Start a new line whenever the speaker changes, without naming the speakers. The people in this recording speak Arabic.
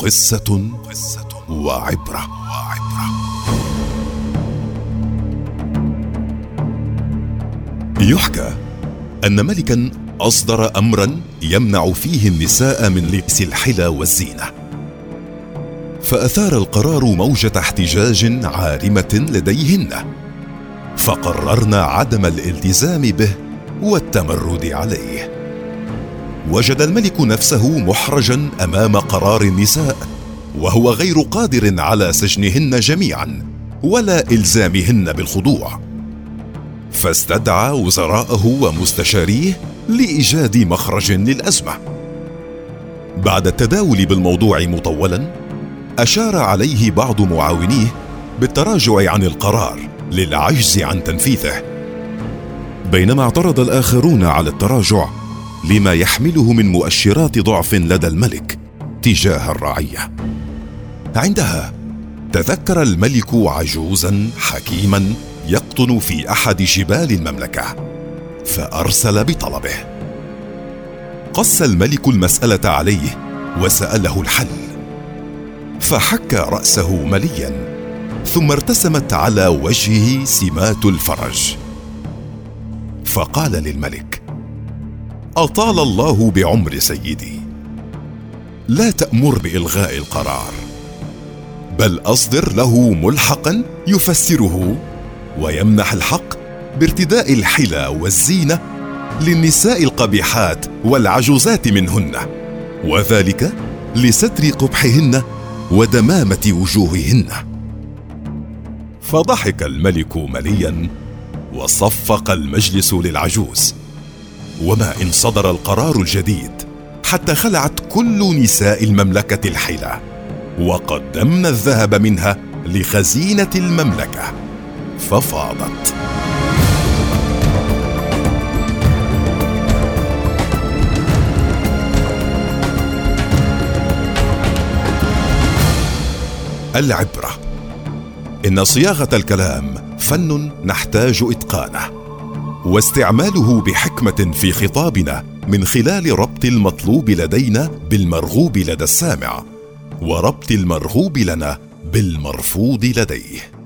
قصة وعبرة. يحكى أن ملكا أصدر أمرا يمنع فيه النساء من لبس الحلى والزينة، فأثار القرار موجة احتجاج عارمة لديهن، فقررن عدم الالتزام به والتمرد عليه. وجد الملك نفسه محرجا أمام قرار النساء، وهو غير قادر على سجنهن جميعا ولا إلزامهن بالخضوع، فاستدعى وزراءه ومستشاريه لإيجاد مخرج للأزمة. بعد التداول بالموضوع مطولا، أشار عليه بعض معاونيه بالتراجع عن القرار للعجز عن تنفيذه، بينما اعترض الآخرون على التراجع لما يحمله من مؤشرات ضعف لدى الملك تجاه الرعية. عندها تذكر الملك عجوزا حكيما يقطن في أحد جبال المملكة، فأرسل بطلبه. قص الملك المسألة عليه وسأله الحل، فحك رأسه مليا، ثم ارتسمت على وجهه سمات الفرج، فقال للملك: أطال الله بعمر سيدي، لا تأمر بإلغاء القرار، بل أصدر له ملحقا يفسره ويمنح الحق بارتداء الحلى والزينة للنساء القبيحات والعجوزات منهن، وذلك لستر قبحهن ودمامة وجوههن. فضحك الملك مليا، وصفق المجلس للعجوز. وما إن صدر القرار الجديد حتى خلعت كل نساء المملكة الحلى، وقدمن الذهب منها لخزينة المملكة ففاضت. العبرة: إن صياغة الكلام فن نحتاج إتقانه، واستعماله بحكمة في خطابنا من خلال ربط المطلوب لدينا بالمرغوب لدى السامع، وربط المرغوب لنا بالمرفوض لديه.